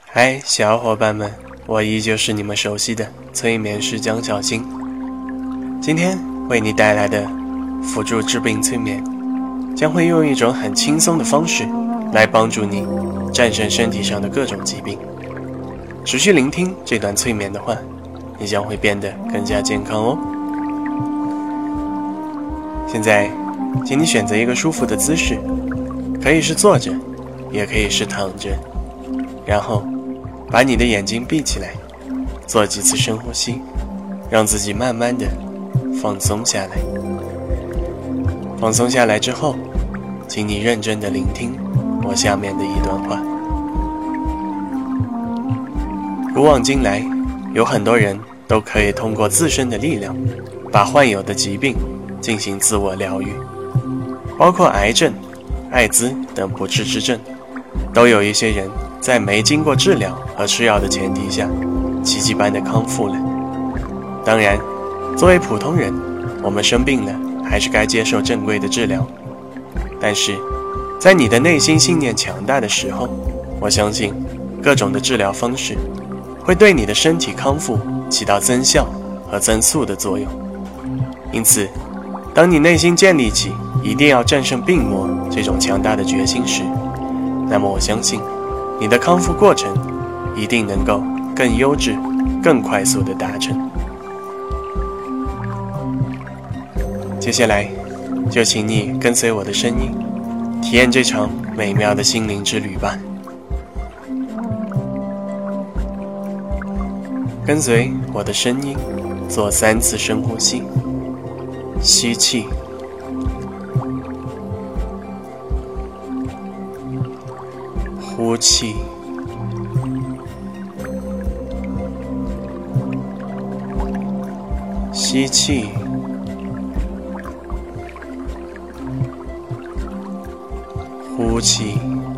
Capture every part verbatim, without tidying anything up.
嗨，小伙伴们，我依旧是你们熟悉的催眠师江小新。今天为你带来的辅助治病催眠，将会用一种很轻松的方式来帮助你战胜身体上的各种疾病。持续聆听这段催眠的话，你将会变得更加健康哦。现在，请你选择一个舒服的姿势，可以是坐着，也可以是躺着，然后把你的眼睛闭起来，做几次深呼吸，让自己慢慢的放松下来。放松下来之后，请你认真的聆听我下面的一段话。古往今来，有很多人都可以通过自身的力量，把患有的疾病进行自我疗愈，包括癌症、艾滋等不治之症，都有一些人在没经过治疗和吃药的前提下，奇迹般的康复了。当然，作为普通人，我们生病了，还是该接受正规的治疗。但是，在你的内心信念强大的时候，我相信各种的治疗方式会对你的身体康复起到增效和增速的作用。因此，当你内心建立起一定要战胜病魔这种强大的决心时，那么我相信你的康复过程一定能够更优质、更快速地达成。接下来，就请你跟随我的声音，体验这场美妙的心灵之旅吧。跟随我的声音，做三次深呼吸，吸气，呼气，吸气，呼气，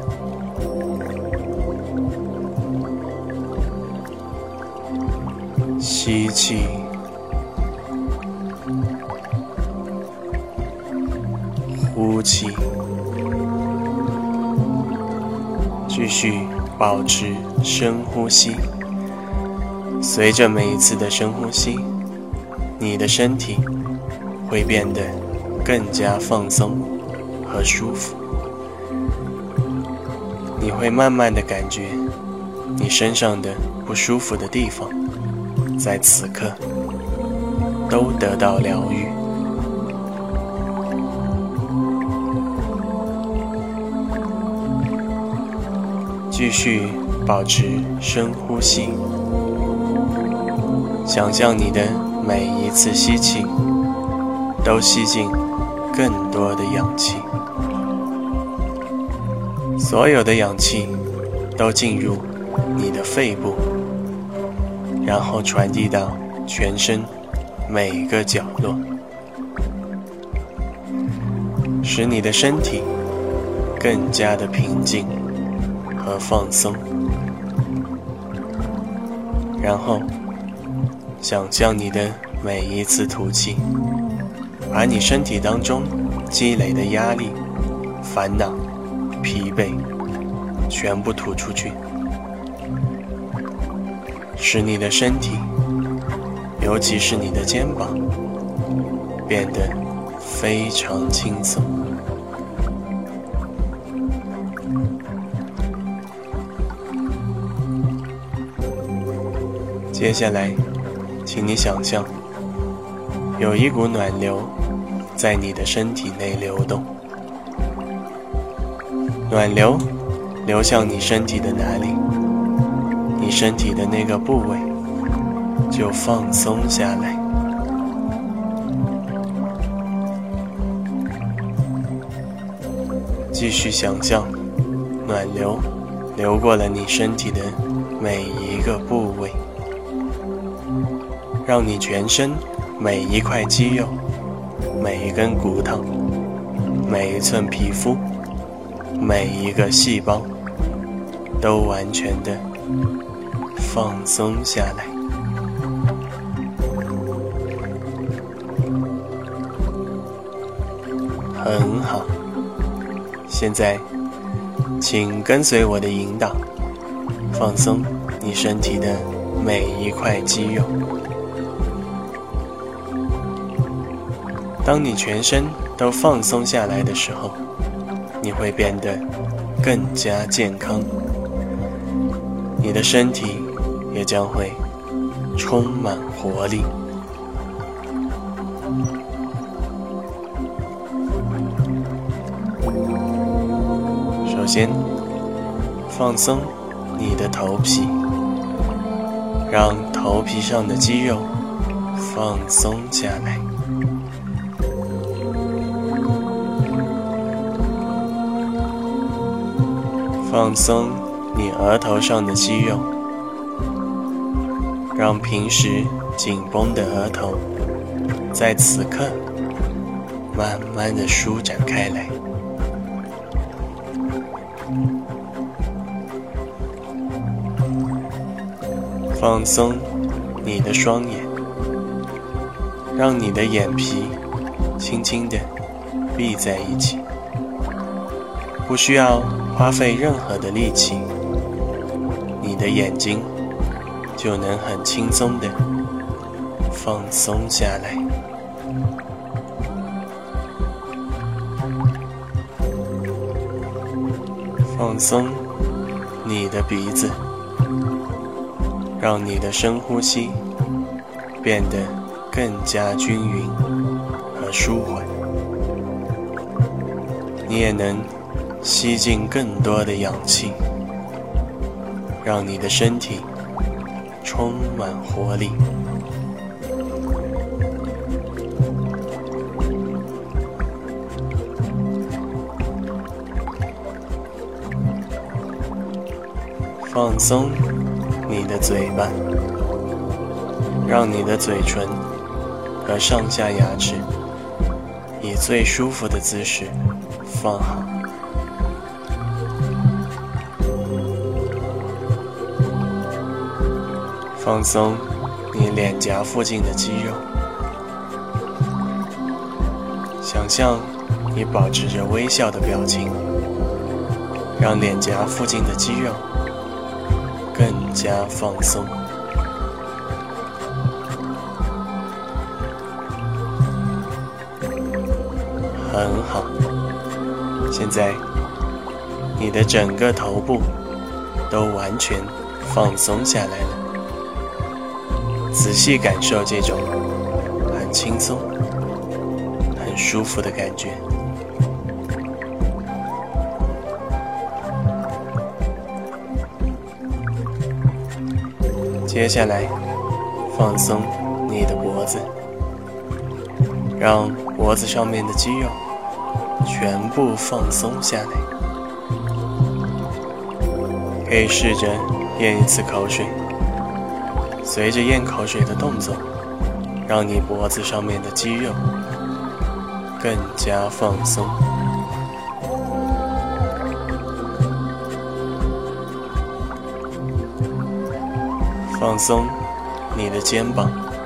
吸气，呼气，继续保持深呼吸。随着每一次的深呼吸，你的身体会变得更加放松和舒服。你会慢慢的感觉你身上的不舒服的地方在此刻都得到疗愈。继续保持深呼吸，想象你的每一次吸气都吸进更多的氧气，所有的氧气都进入你的肺部，然后传递到全身每一个角落，使你的身体更加的平静和放松。然后想象你的每一次吐气，把你身体当中积累的压力、烦恼、疲惫全部吐出去，使你的身体，尤其是你的肩膀，变得非常轻松。接下来，请你想象有一股暖流在你的身体内流动，暖流流向你身体的哪里，你身体的那个部位就放松下来。继续想象暖流流过了你身体的每一个部位，让你全身每一块肌肉、每一根骨头、每一寸皮肤、每一个细胞都完全的放松下来。很好，现在请跟随我的引导， 放松你身体的每一块肌肉。当你全身都放松下来的时候，你会变得更加健康，你的身体也将会充满活力。首先，放松你的头皮，让头皮上的肌肉放松下来。放松你额头上的肌肉，让平时紧绷的额头在此刻慢慢的舒展开来。放松你的双眼，让你的眼皮轻轻地闭在一起，不需要花费任何的力气，你的眼睛就能很轻松地放松下来。放松你的鼻子，让你的深呼吸变得更加均匀和舒缓，你也能吸进更多的氧气，让你的身体充满活力。放松你的嘴巴，让你的嘴唇和上下牙齿以最舒服的姿势放好。放松你脸颊附近的肌肉，想象你保持着微笑的表情，让脸颊附近的肌肉更加放松。很好，现在你的整个头部都完全放松下来了。仔细感受这种很轻松、很舒服的感觉。接下来，放松你的脖子，让脖子上面的肌肉全部放松下来。可以试着咽一次口水，随着咽口水的动作，让你脖子上面的肌肉更加放松。放松你的肩膀，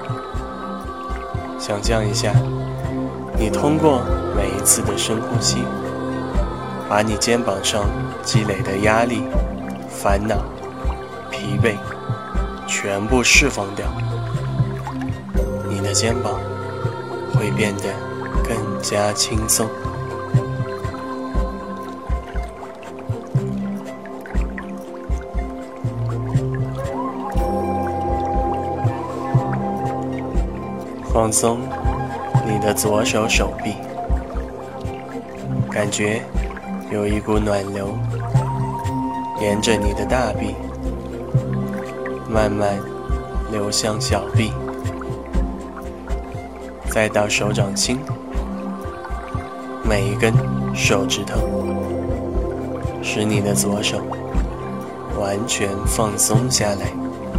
想象一下，你通过每一次的深呼吸，把你肩膀上积累的压力、烦恼、疲惫全部释放掉，你的肩膀会变得更加轻松。放松你的左手手臂，感觉有一股暖流沿着你的大臂慢慢流向小臂，再到手掌心，每一根手指头，使你的左手完全放松下来。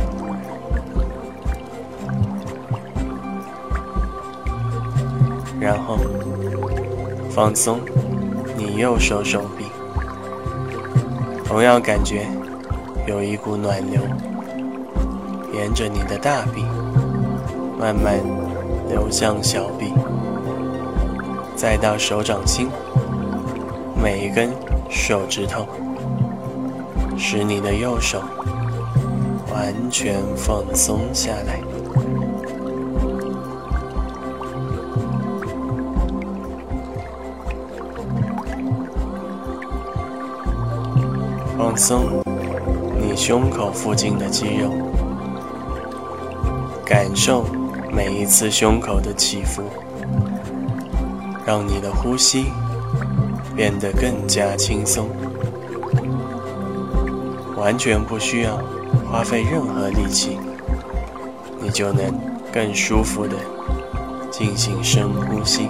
然后放松你右手手臂，同样感觉有一股暖流沿着你的大臂慢慢流向小臂，再到手掌心，每一根手指头使你的右手完全放松下来。放松你胸口附近的肌肉，感受每一次胸口的起伏，让你的呼吸变得更加轻松，完全不需要花费任何力气，你就能更舒服地进行深呼吸。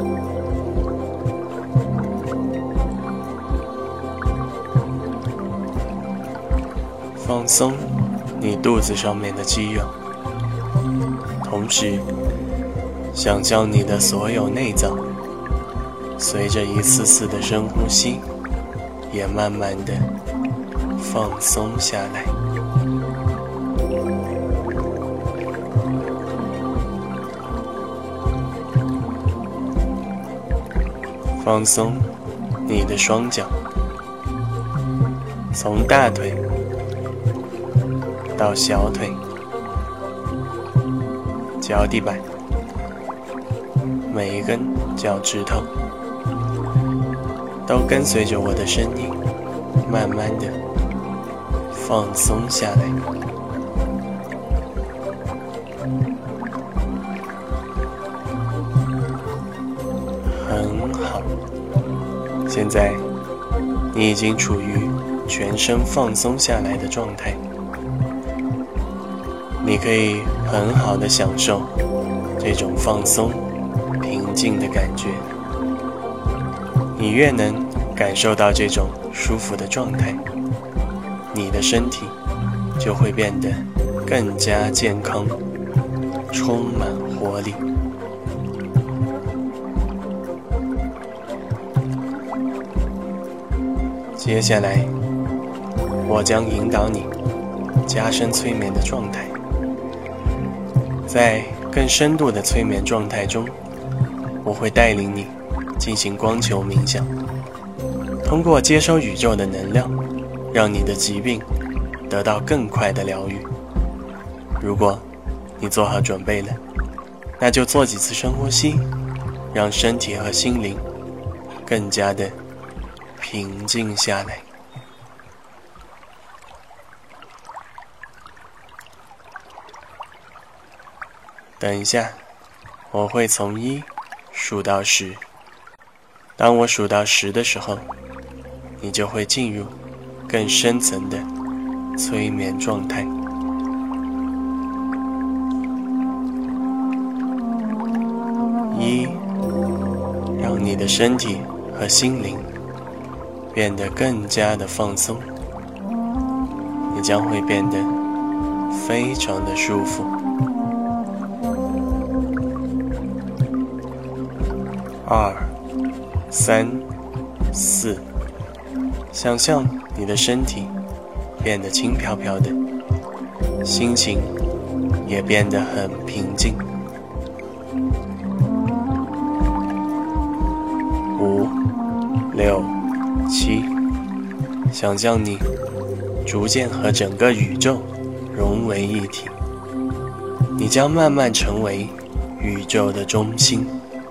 放松你肚子上面的肌肉，同时想象你的所有内脏随着一次次的深呼吸也慢慢的放松下来。放松你的双脚，从大腿到小腿，脚底板，每一根脚趾头都跟随着我的声音慢慢的放松下来。很好，现在你已经处于全身放松下来的状态，你可以很好的享受这种放松平静的感觉。你越能感受到这种舒服的状态，你的身体就会变得更加健康，充满活力。接下来我将引导你加深催眠的状态。在更深度的催眠状态中，我会带领你进行光球冥想，通过接收宇宙的能量，让你的疾病得到更快的疗愈。如果你做好准备了，那就做几次深呼吸，让身体和心灵更加的平静下来。等一下，我会从一数到十。当我数到十的时候，你就会进入更深层的催眠状态。一，让你的身体和心灵变得更加的放松，你将会变得非常的舒服。二、三、四，想象你的身体变得轻飘飘的，心情也变得很平静。五、六、七，想象你逐渐和整个宇宙融为一体，你将慢慢成为宇宙的中心。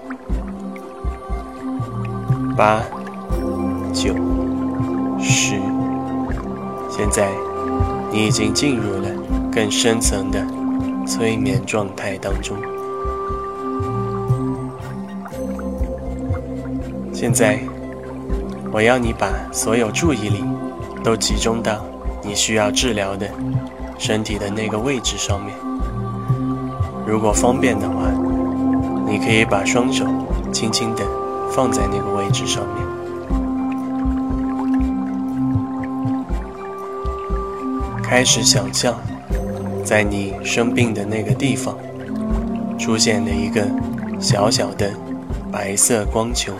八、九、十，现在你已经进入了更深层的催眠状态当中。现在我要你把所有注意力都集中到你需要治疗的身体的那个位置上面。如果方便的话，你可以把双手轻轻地放在那个位置上面。开始想象，在你生病的那个地方，出现了一个小小的白色光球。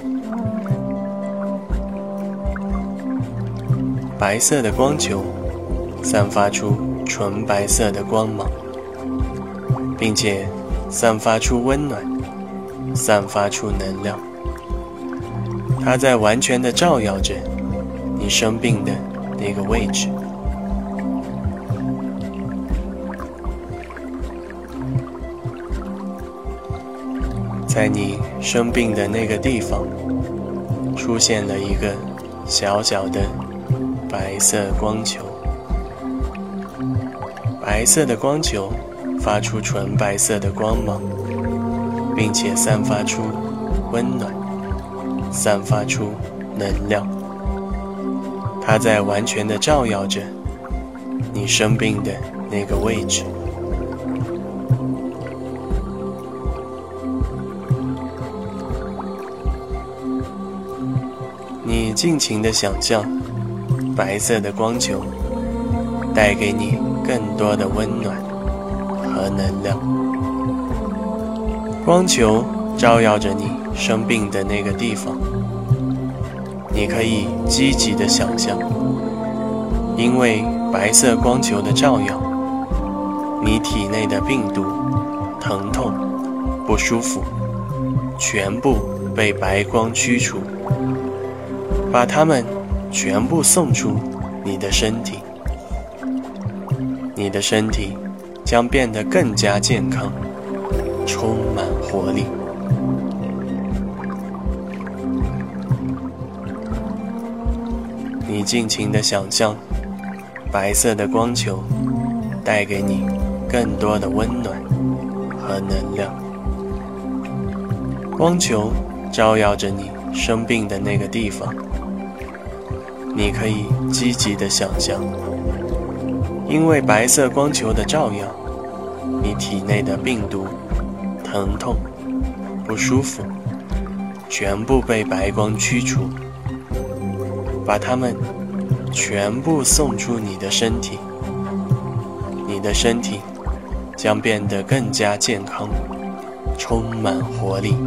白色的光球散发出纯白色的光芒，并且散发出温暖，散发出能量。它在完全的照耀着你生病的那个位置。 在你生病的那个地方，出现了一个小小的白色光球。白色的光球发出纯白色的光芒，并且散发出温暖，散发出能量。它在完全地照耀着你生病的那个位置。你尽情地想象白色的光球带给你更多的温暖和能量。光球照耀着你生病的那个地方，你可以积极地想象，因为白色光球的照耀，你体内的病毒、疼痛、不舒服全部被白光驱除，把它们全部送出你的身体。你的身体将变得更加健康，充满活力。你尽情地想象白色的光球带给你更多的温暖和能量。光球照耀着你生病的那个地方，你可以积极地想象，因为白色光球的照耀，你体内的病毒、疼痛、不舒服全部被白光驱除，把它们全部送出你的身体。你的身体将变得更加健康，充满活力。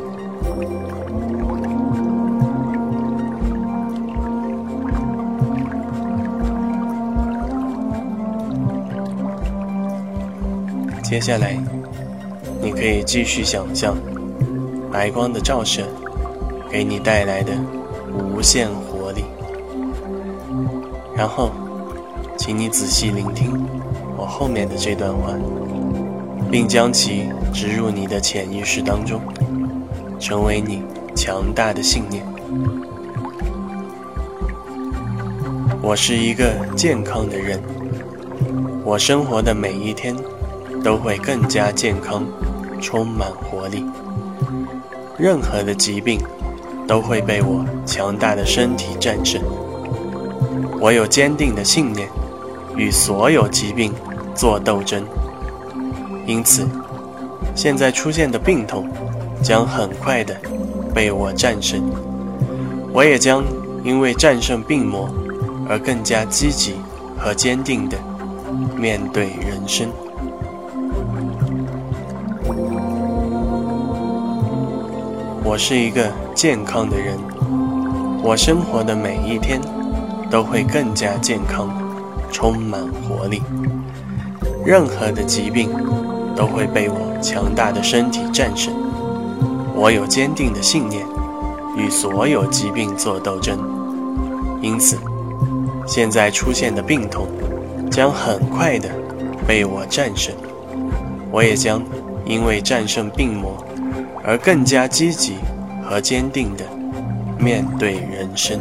接下来，你可以继续想象白光的照射给你带来的无限活力。然后，请你仔细聆听我后面的这段话，并将其植入你的潜意识当中，成为你强大的信念。我是一个健康的人，我生活的每一天都会更加健康，充满活力。任何的疾病都会被我强大的身体战胜。我有坚定的信念，与所有疾病做斗争。因此，现在出现的病痛将很快地被我战胜。我也将因为战胜病魔而更加积极和坚定地面对人生。我是一个健康的人，我生活的每一天都会更加健康，充满活力。任何的疾病都会被我强大的身体战胜。我有坚定的信念，与所有疾病做斗争。因此，现在出现的病痛将很快地被我战胜。我也将因为战胜病魔而更加积极和坚定地面对人生。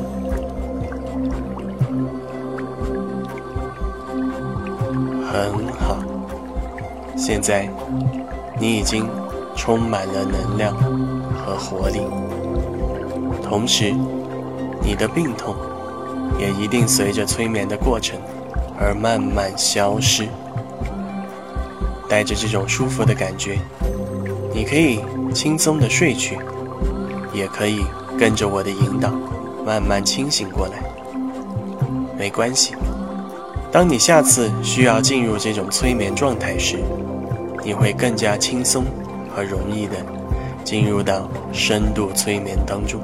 很好，现在你已经充满了能量和活力，同时你的病痛也一定随着催眠的过程而慢慢消失。带着这种舒服的感觉，你可以轻松地睡去，也可以跟着我的引导慢慢清醒过来。没关系，当你下次需要进入这种催眠状态时，你会更加轻松和容易地进入到深度催眠当中。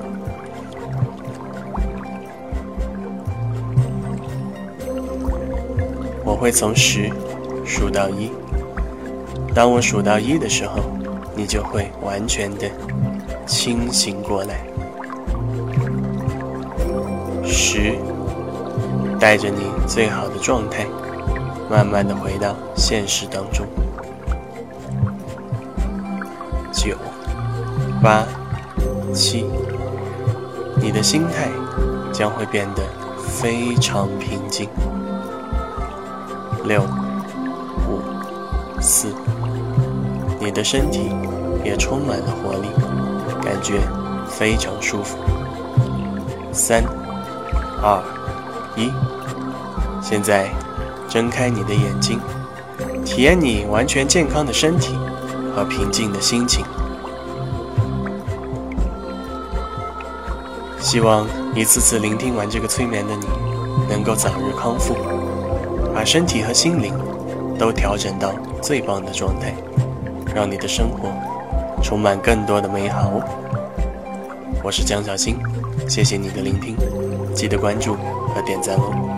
我会从十数到一，当我数到一的时候，你就会完全的清醒过来。十，带着你最好的状态，慢慢的回到现实当中。九， 八、七，你的心态将会变得非常平静。六、五、四，你的身体也充满了活力，感觉非常舒服。三、二、一，现在睁开你的眼睛，体验你完全健康的身体和平静的心情。希望一次次聆听完这个催眠的你，能够早日康复，把身体和心灵都调整到最棒的状态，让你的生活充满更多的美好。我是江小新，谢谢你的聆听，记得关注和点赞哦。